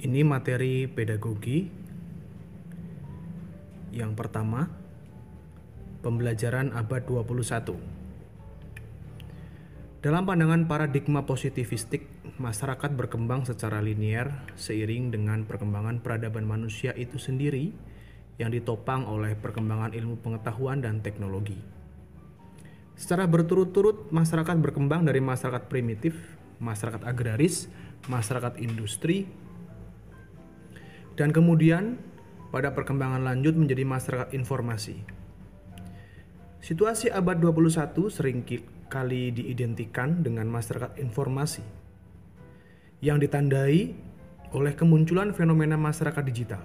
Ini materi pedagogi. Yang pertama, pembelajaran abad 21. Dalam pandangan paradigma positivistik, masyarakat berkembang secara linear seiring dengan perkembangan peradaban manusia itu sendiri yang ditopang oleh perkembangan ilmu pengetahuan dan teknologi. Secara berturut-turut, masyarakat berkembang dari masyarakat primitif, masyarakat agraris, masyarakat industri, dan kemudian pada perkembangan lanjut menjadi masyarakat informasi. Situasi abad 21 sering kali diidentikan dengan masyarakat informasi yang ditandai oleh kemunculan fenomena masyarakat digital.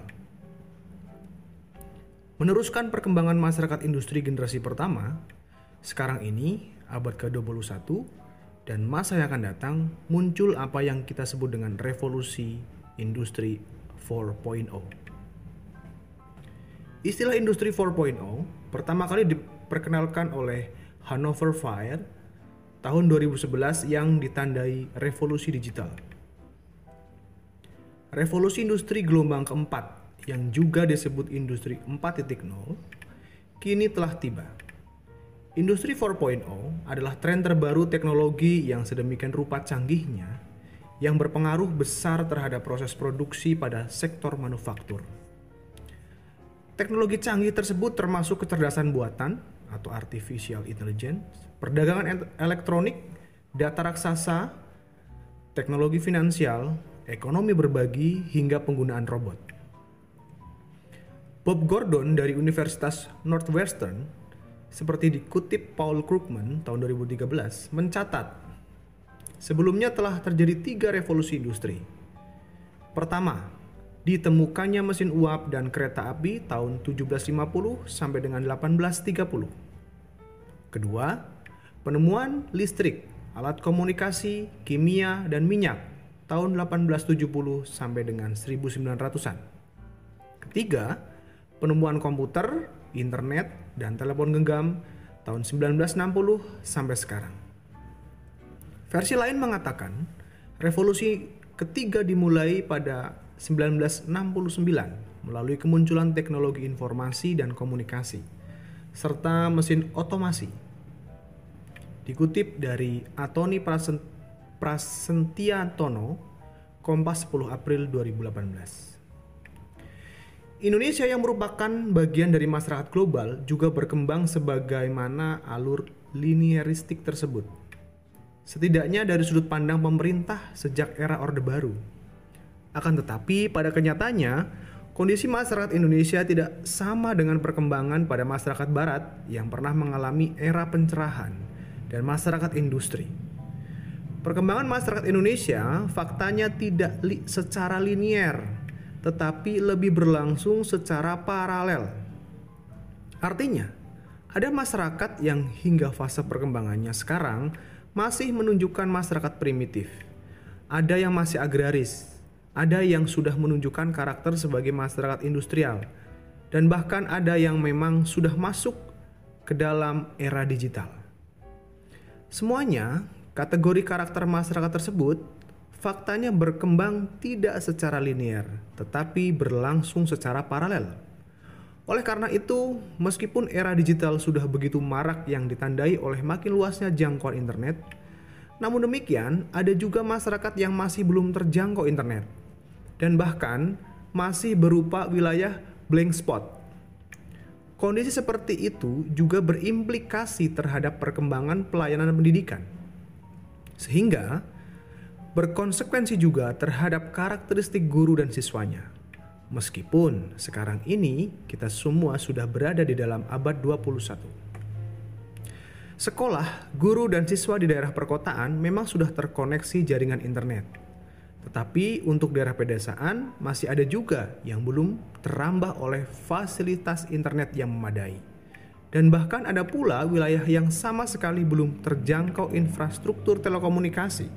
Meneruskan perkembangan masyarakat industri generasi pertama, sekarang ini abad ke-21 dan masa yang akan datang muncul apa yang kita sebut dengan revolusi industri 4.0. Istilah industri 4.0 pertama kali diperkenalkan oleh Hannover Fire tahun 2011 yang ditandai revolusi digital. Revolusi industri gelombang keempat yang juga disebut industri 4.0 kini telah tiba. Industri 4.0 adalah tren terbaru teknologi yang sedemikian rupa canggihnya yang berpengaruh besar terhadap proses produksi pada sektor manufaktur. Teknologi canggih tersebut termasuk kecerdasan buatan atau artificial intelligence, perdagangan elektronik, data raksasa, teknologi finansial, ekonomi berbagi, hingga penggunaan robot. Bob Gordon dari Universitas Northwestern, seperti dikutip Paul Krugman tahun 2013, mencatat sebelumnya telah terjadi 3 revolusi industri. Pertama, ditemukannya mesin uap dan kereta api tahun 1750 sampai dengan 1830. Kedua, penemuan listrik, alat komunikasi, kimia, dan minyak tahun 1870 sampai dengan 1900-an. Ketiga, penemuan komputer, internet, dan telepon genggam tahun 1960 sampai sekarang. Versi lain mengatakan, revolusi ketiga dimulai pada 1969 melalui kemunculan teknologi informasi dan komunikasi serta mesin otomasi. Dikutip dari Antoni Prasentiantono, Kompas 10 April 2018. Indonesia yang merupakan bagian dari masyarakat global juga berkembang sebagaimana alur linearistik tersebut. Setidaknya dari sudut pandang pemerintah sejak era Orde Baru. Akan tetapi pada kenyataannya, kondisi masyarakat Indonesia tidak sama dengan perkembangan pada masyarakat Barat yang pernah mengalami era pencerahan dan masyarakat industri. Perkembangan masyarakat Indonesia faktanya tidak secara linear, tetapi lebih berlangsung secara paralel. Artinya, ada masyarakat yang hingga fase perkembangannya sekarang masih menunjukkan masyarakat primitif. Ada yang masih agraris, ada yang sudah menunjukkan karakter sebagai masyarakat industrial, dan bahkan ada yang memang sudah masuk ke dalam era digital. Semuanya, kategori karakter masyarakat tersebut faktanya berkembang tidak secara linear, tetapi berlangsung secara paralel. Oleh karena itu, meskipun era digital sudah begitu marak yang ditandai oleh makin luasnya jangkauan internet, namun demikian ada juga masyarakat yang masih belum terjangkau internet, dan bahkan masih berupa wilayah blank spot. Kondisi seperti itu juga berimplikasi terhadap perkembangan pelayanan pendidikan, sehingga berkonsekuensi juga terhadap karakteristik guru dan siswanya. Meskipun sekarang ini kita semua sudah berada di dalam abad 21. Sekolah, guru, dan siswa di daerah perkotaan memang sudah terkoneksi jaringan internet. Tetapi untuk daerah pedesaan masih ada juga yang belum terambah oleh fasilitas internet yang memadai. Dan bahkan ada pula wilayah yang sama sekali belum terjangkau infrastruktur telekomunikasi.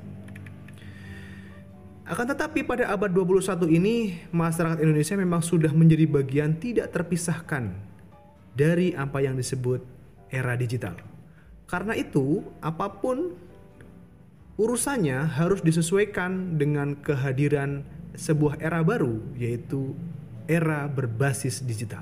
Akan tetapi pada abad 21 ini, masyarakat Indonesia memang sudah menjadi bagian tidak terpisahkan dari apa yang disebut era digital. Karena itu, apapun urusannya harus disesuaikan dengan kehadiran sebuah era baru, yaitu era berbasis digital.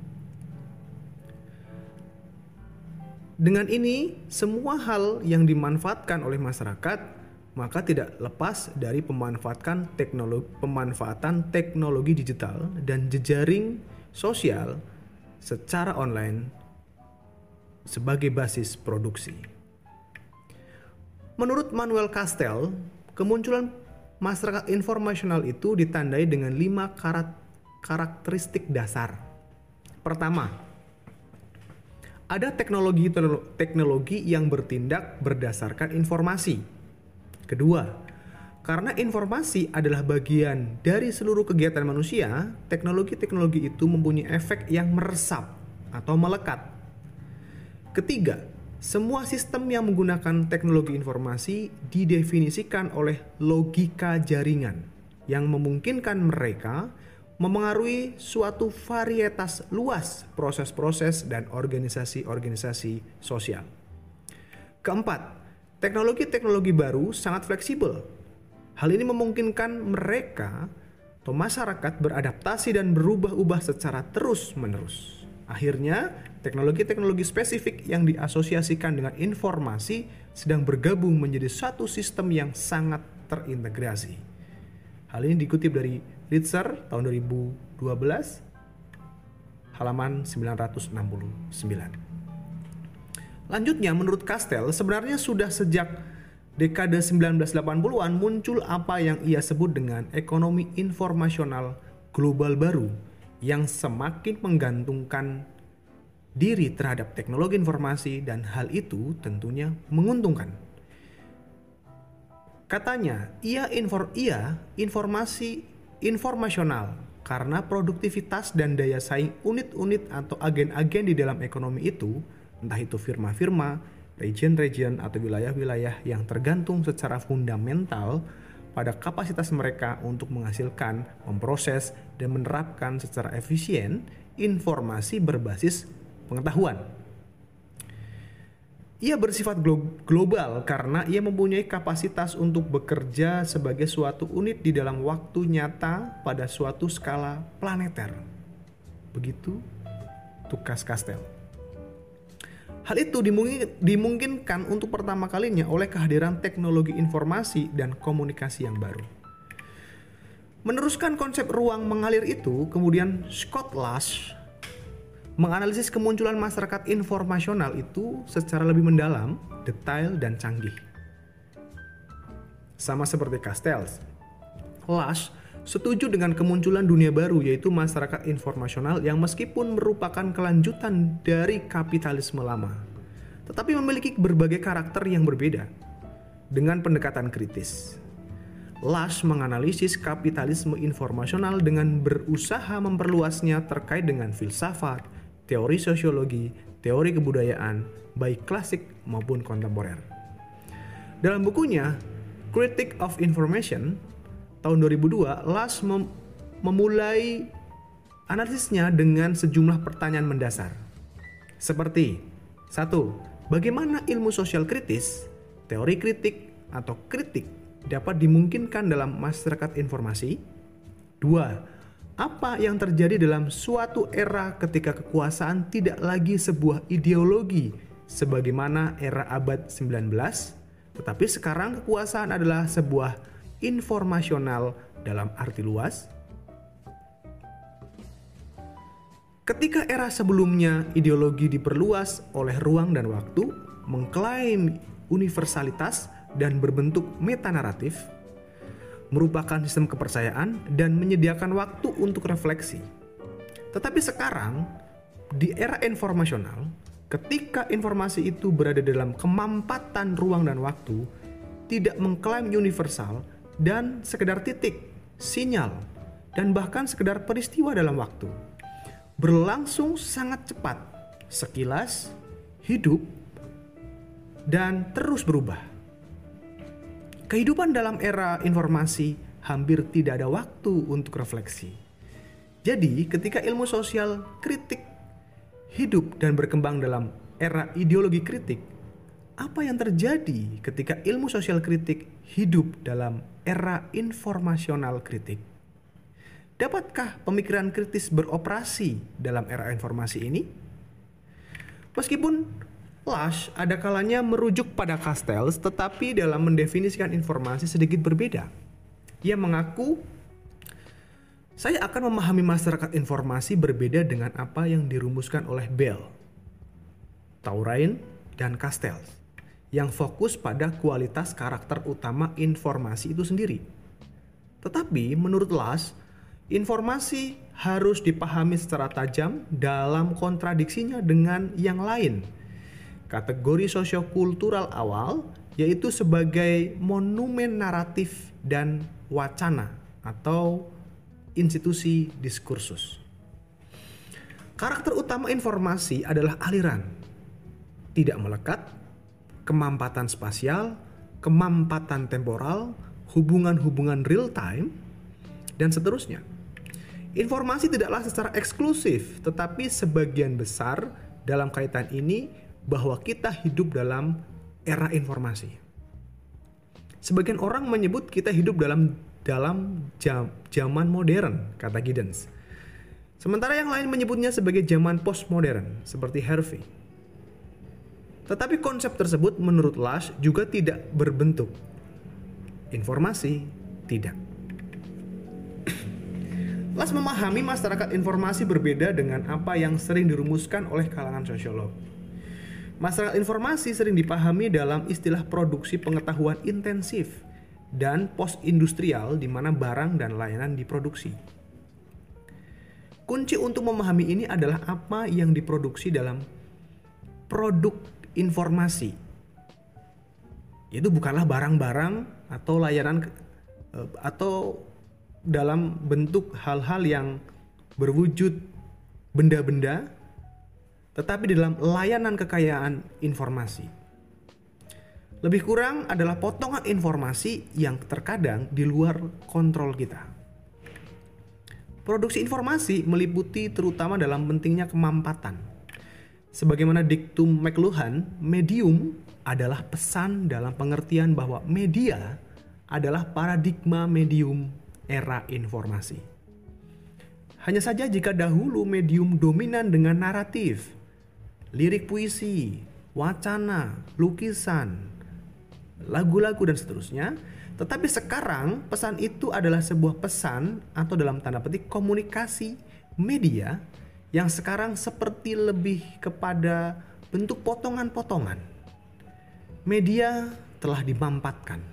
Dengan ini, semua hal yang dimanfaatkan oleh masyarakat maka tidak lepas dari pemanfaatan teknologi digital dan jejaring sosial secara online sebagai basis produksi. Menurut Manuel Castell, kemunculan masyarakat informasional itu ditandai dengan 5 karakteristik dasar. Pertama, ada teknologi yang bertindak berdasarkan informasi. Kedua, karena informasi adalah bagian dari seluruh kegiatan manusia, teknologi itu mempunyai efek yang meresap atau melekat. Ketiga, semua sistem yang menggunakan teknologi informasi didefinisikan oleh logika jaringan yang memungkinkan mereka memengaruhi suatu varietas luas proses-proses dan organisasi-organisasi sosial. Keempat, teknologi baru sangat fleksibel. Hal ini memungkinkan mereka atau masyarakat beradaptasi dan berubah-ubah secara terus-menerus. Akhirnya, teknologi spesifik yang diasosiasikan dengan informasi sedang bergabung menjadi satu sistem yang sangat terintegrasi. Hal ini dikutip dari Ritzer tahun 2012, halaman 969. Lanjutnya, menurut Castell, sebenarnya sudah sejak dekade 1980-an muncul apa yang ia sebut dengan ekonomi informasional global baru yang semakin menggantungkan diri terhadap teknologi informasi, dan hal itu tentunya menguntungkan. Katanya, informasional karena produktivitas dan daya saing unit-unit atau agen-agen di dalam ekonomi itu, entah itu firma-firma, region-region atau wilayah-wilayah yang tergantung secara fundamental pada kapasitas mereka untuk menghasilkan, memproses, dan menerapkan secara efisien informasi berbasis pengetahuan. Ia bersifat global karena ia mempunyai kapasitas untuk bekerja sebagai suatu unit di dalam waktu nyata pada suatu skala planeter. Begitu tugas Castell. Hal itu dimungkinkan untuk pertama kalinya oleh kehadiran teknologi informasi dan komunikasi yang baru. Meneruskan konsep ruang mengalir itu, kemudian Scott Lush menganalisis kemunculan masyarakat informasional itu secara lebih mendalam, detail, dan canggih. Sama seperti Castell, Lush setuju dengan kemunculan dunia baru, yaitu masyarakat informasional yang meskipun merupakan kelanjutan dari kapitalisme lama, tetapi memiliki berbagai karakter yang berbeda dengan pendekatan kritis. Lush menganalisis kapitalisme informasional dengan berusaha memperluasnya terkait dengan filsafat, teori sosiologi, teori kebudayaan, baik klasik maupun kontemporer. Dalam bukunya Critique of Information tahun 2002, Lush memulai analisisnya dengan sejumlah pertanyaan mendasar. Seperti 1. Bagaimana ilmu sosial kritis, teori kritik atau kritik dapat dimungkinkan dalam masyarakat informasi? 2. Apa yang terjadi dalam suatu era ketika kekuasaan tidak lagi sebuah ideologi sebagaimana era abad 19, tetapi sekarang kekuasaan adalah sebuah informasional dalam arti luas? Ketika era sebelumnya ideologi diperluas oleh ruang dan waktu, mengklaim universalitas dan berbentuk metanaratif, merupakan sistem kepercayaan dan menyediakan waktu untuk refleksi. Tetapi sekarang, di era informasional, ketika informasi itu berada dalam kemampatan ruang dan waktu, tidak mengklaim universal dan sekedar titik, sinyal, dan bahkan sekedar peristiwa dalam waktu, berlangsung sangat cepat, sekilas, hidup, dan terus berubah. Kehidupan dalam era informasi hampir tidak ada waktu untuk refleksi. Jadi, ketika ilmu sosial kritik hidup dan berkembang dalam era ideologi kritik, apa yang terjadi ketika ilmu sosial kritik hidup dalam era informasional kritik? Dapatkah pemikiran kritis beroperasi dalam era informasi ini? Meskipun Lush ada kalanya merujuk pada Castells, tetapi dalam mendefinisikan informasi sedikit berbeda. Ia mengaku, saya akan memahami masyarakat informasi berbeda dengan apa yang dirumuskan oleh Bell, Touraine, dan Castells, yang fokus pada kualitas karakter utama informasi itu sendiri. Tetapi menurut Lush, informasi harus dipahami secara tajam dalam kontradiksinya dengan yang lain. Kategori sosiokultural awal yaitu sebagai monumen naratif dan wacana atau institusi diskursus. Karakter utama informasi adalah aliran, tidak melekat, kemampatan spasial, kemampatan temporal, hubungan-hubungan real time, dan seterusnya. Informasi tidaklah secara eksklusif, tetapi sebagian besar dalam kaitan ini bahwa kita hidup dalam era informasi. Sebagian orang menyebut kita hidup dalam zaman modern, kata Giddens. Sementara yang lain menyebutnya sebagai zaman postmodern, seperti Harvey. Tetapi konsep tersebut menurut Lush juga tidak berbentuk. Informasi tidak. Lush memahami masyarakat informasi berbeda dengan apa yang sering dirumuskan oleh kalangan sosiolog. Masyarakat informasi sering dipahami dalam istilah produksi pengetahuan intensif dan post-industrial di mana barang dan layanan diproduksi. Kunci untuk memahami ini adalah apa yang diproduksi dalam produk informasi. Itu bukanlah barang-barang atau layanan atau dalam bentuk hal-hal yang berwujud benda-benda, tetapi dalam layanan kekayaan informasi. Lebih kurang adalah potongan informasi yang terkadang di luar kontrol kita. Produksi informasi meliputi terutama dalam pentingnya kemampatan. Sebagaimana diktum McLuhan, medium adalah pesan dalam pengertian bahwa media adalah paradigma medium era informasi. Hanya saja jika dahulu medium dominan dengan naratif, lirik puisi, wacana, lukisan, lagu-lagu dan seterusnya, tetapi sekarang pesan itu adalah sebuah pesan atau dalam tanda petik komunikasi media yang sekarang seperti lebih kepada bentuk potongan-potongan. Media telah dimampatkan.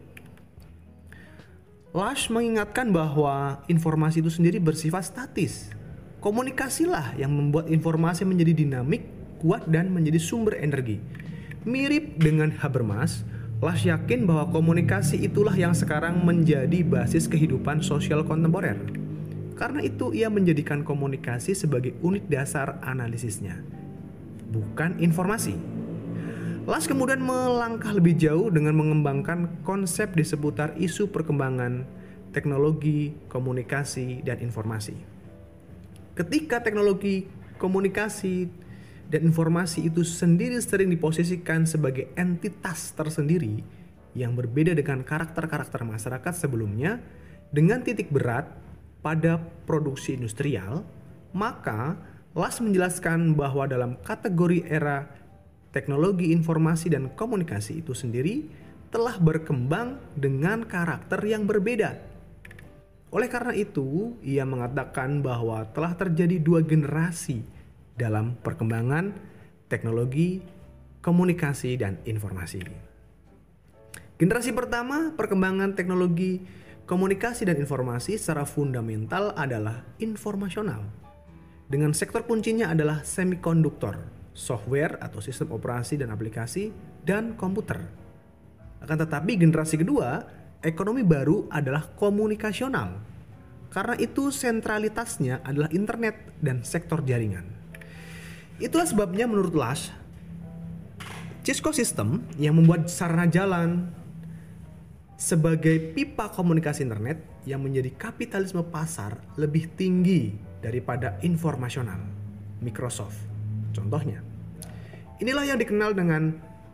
Lush mengingatkan bahwa informasi itu sendiri bersifat statis. Komunikasilah yang membuat informasi menjadi dinamik, kuat, dan menjadi sumber energi. Mirip dengan Habermas, Lush yakin bahwa komunikasi itulah yang sekarang menjadi basis kehidupan sosial kontemporer. Karena itu ia menjadikan komunikasi sebagai unit dasar analisisnya, bukan informasi. Lush kemudian melangkah lebih jauh dengan mengembangkan konsep di seputar isu perkembangan teknologi, komunikasi, dan informasi. Ketika teknologi, komunikasi, dan informasi itu sendiri sering diposisikan sebagai entitas tersendiri yang berbeda dengan karakter-karakter masyarakat sebelumnya dengan titik berat pada produksi industrial, maka Lush menjelaskan bahwa dalam kategori era teknologi informasi dan komunikasi itu sendiri telah berkembang dengan karakter yang berbeda. Oleh karena itu, ia mengatakan bahwa telah terjadi dua generasi dalam perkembangan teknologi, komunikasi, dan informasi. Generasi pertama, perkembangan teknologi, komunikasi, dan informasi secara fundamental adalah informasional. Dengan sektor kuncinya adalah semikonduktor, software atau sistem operasi dan aplikasi, dan komputer. Akan tetapi generasi kedua, ekonomi baru adalah komunikasional. Karena itu sentralitasnya adalah internet dan sektor jaringan. Itulah sebabnya menurut Lush, Cisco System yang membuat sarana jalan sebagai pipa komunikasi internet yang menjadi kapitalisme pasar lebih tinggi daripada informasional. Microsoft contohnya. Inilah yang dikenal dengan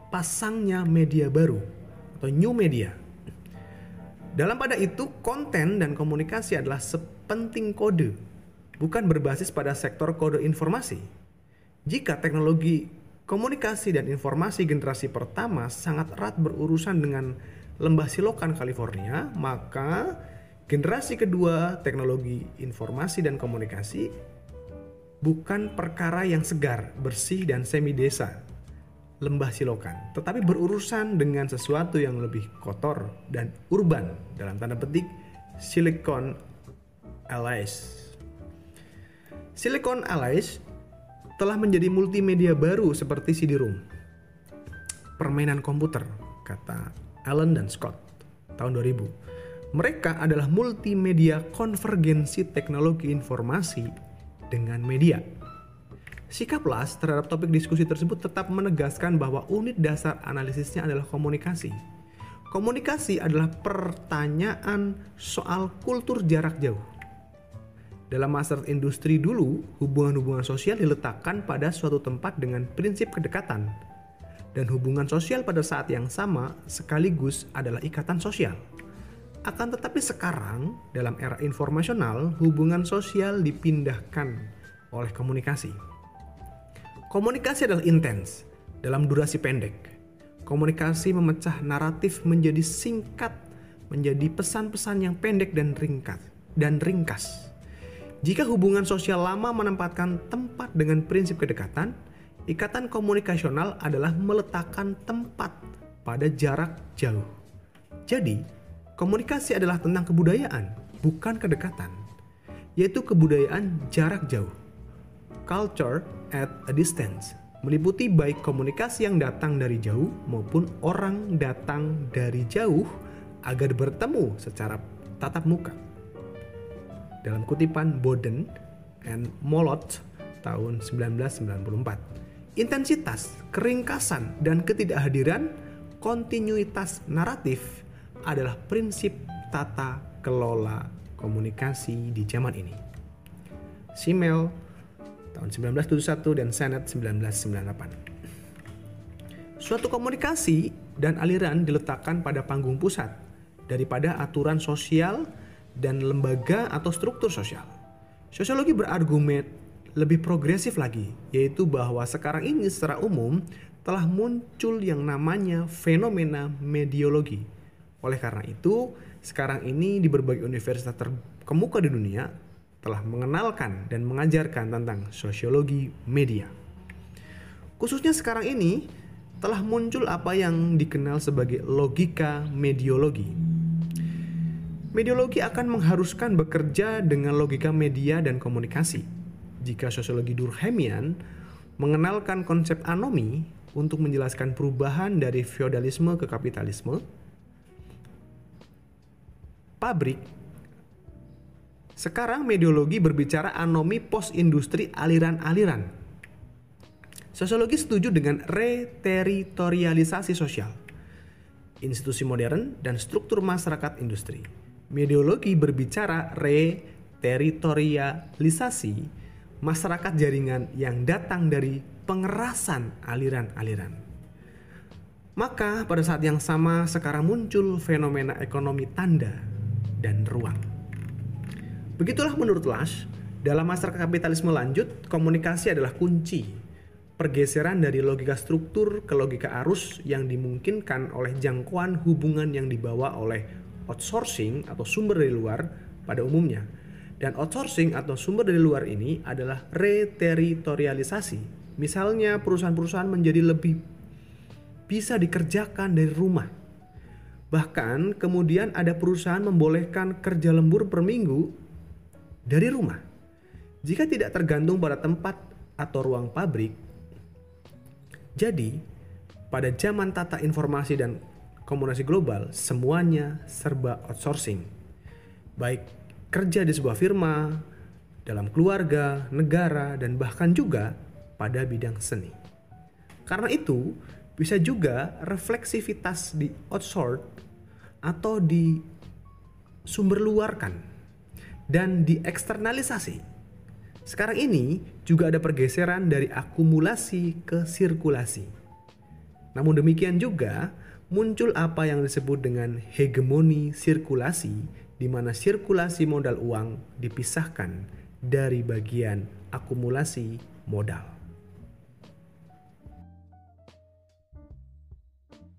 pasangnya media baru atau new media. Dalam pada itu, konten dan komunikasi adalah sepenting kode, bukan berbasis pada sektor kode informasi. Jika teknologi komunikasi dan informasi generasi pertama sangat erat berurusan dengan lembah Silokan California, maka generasi kedua teknologi informasi dan komunikasi bukan perkara yang segar, bersih, dan semi desa lembah Silokan, tetapi berurusan dengan sesuatu yang lebih kotor dan urban, dalam tanda petik Silicon Allies. Silicon Allies telah menjadi multimedia baru seperti CD-ROM, permainan komputer, kata Allen dan Scott tahun 2000. Mereka adalah multimedia konvergensi teknologi informasi dengan media. Sikap LAS terhadap topik diskusi tersebut tetap menegaskan bahwa unit dasar analisisnya adalah komunikasi. Komunikasi adalah pertanyaan soal kultur jarak jauh. Dalam masa industri dulu, hubungan-hubungan sosial diletakkan pada suatu tempat dengan prinsip kedekatan. Dan hubungan sosial pada saat yang sama sekaligus adalah ikatan sosial. Akan tetapi sekarang, dalam era informasional, hubungan sosial dipindahkan oleh komunikasi. Komunikasi adalah intens, dalam durasi pendek. Komunikasi memecah naratif menjadi singkat, menjadi pesan-pesan yang pendek dan ringkas. Jika hubungan sosial lama menempatkan tempat dengan prinsip kedekatan, ikatan komunikasional adalah meletakkan tempat pada jarak jauh. Jadi, komunikasi adalah tentang kebudayaan, bukan kedekatan, yaitu kebudayaan jarak jauh. Culture at a distance meliputi baik komunikasi yang datang dari jauh maupun orang datang dari jauh agar bertemu secara tatap muka. Dalam kutipan Bowden and Mollot tahun 1994, intensitas, keringkasan, dan ketidakhadiran kontinuitas naratif adalah prinsip tata kelola komunikasi di zaman ini. Simmel tahun 1971 dan Sennett 1998. Suatu komunikasi dan aliran diletakkan pada panggung pusat daripada aturan sosial dan lembaga atau struktur sosial. Sosiologi berargumen lebih progresif lagi, yaitu bahwa sekarang ini secara umum telah muncul yang namanya fenomena mediologi. Oleh karena itu, sekarang ini di berbagai universitas terkemuka di dunia telah mengenalkan dan mengajarkan tentang sosiologi media. Khususnya sekarang ini telah muncul apa yang dikenal sebagai logika mediologi. Mediologi akan mengharuskan bekerja dengan logika media dan komunikasi. Jika sosiologi Durkheimian mengenalkan konsep anomi untuk menjelaskan perubahan dari feodalisme ke kapitalisme, pabrik. Sekarang mediologi berbicara anomi post-industri aliran-aliran. Sosiologi setuju dengan reteritorialisasi sosial, institusi modern, dan struktur masyarakat industri. Mediologi berbicara reteritorialisasi masyarakat jaringan yang datang dari pengerasan aliran-aliran. Maka pada saat yang sama sekarang muncul fenomena ekonomi tanda dan ruang. Begitulah menurut Lasch, dalam masyarakat kapitalisme lanjut, komunikasi adalah kunci. Pergeseran dari logika struktur ke logika arus yang dimungkinkan oleh jangkauan hubungan yang dibawa oleh outsourcing atau sumber dari luar pada umumnya. Dan outsourcing atau sumber dari luar ini adalah reteritorialisasi. Misalnya perusahaan-perusahaan menjadi lebih bisa dikerjakan dari rumah. Bahkan kemudian ada perusahaan membolehkan kerja lembur per minggu dari rumah. Jika tidak tergantung pada tempat atau ruang pabrik. Jadi, pada zaman tata informasi dan komunikasi global, semuanya serba outsourcing. Baik kerja di sebuah firma, dalam keluarga, negara, dan bahkan juga pada bidang seni. Karena itu, bisa juga refleksivitas di outsource atau di sumber luarkan dan dieksternalisasi. Sekarang ini juga ada pergeseran dari akumulasi ke sirkulasi. Namun demikian juga muncul apa yang disebut dengan hegemoni sirkulasi, di mana sirkulasi modal uang dipisahkan dari bagian akumulasi modal.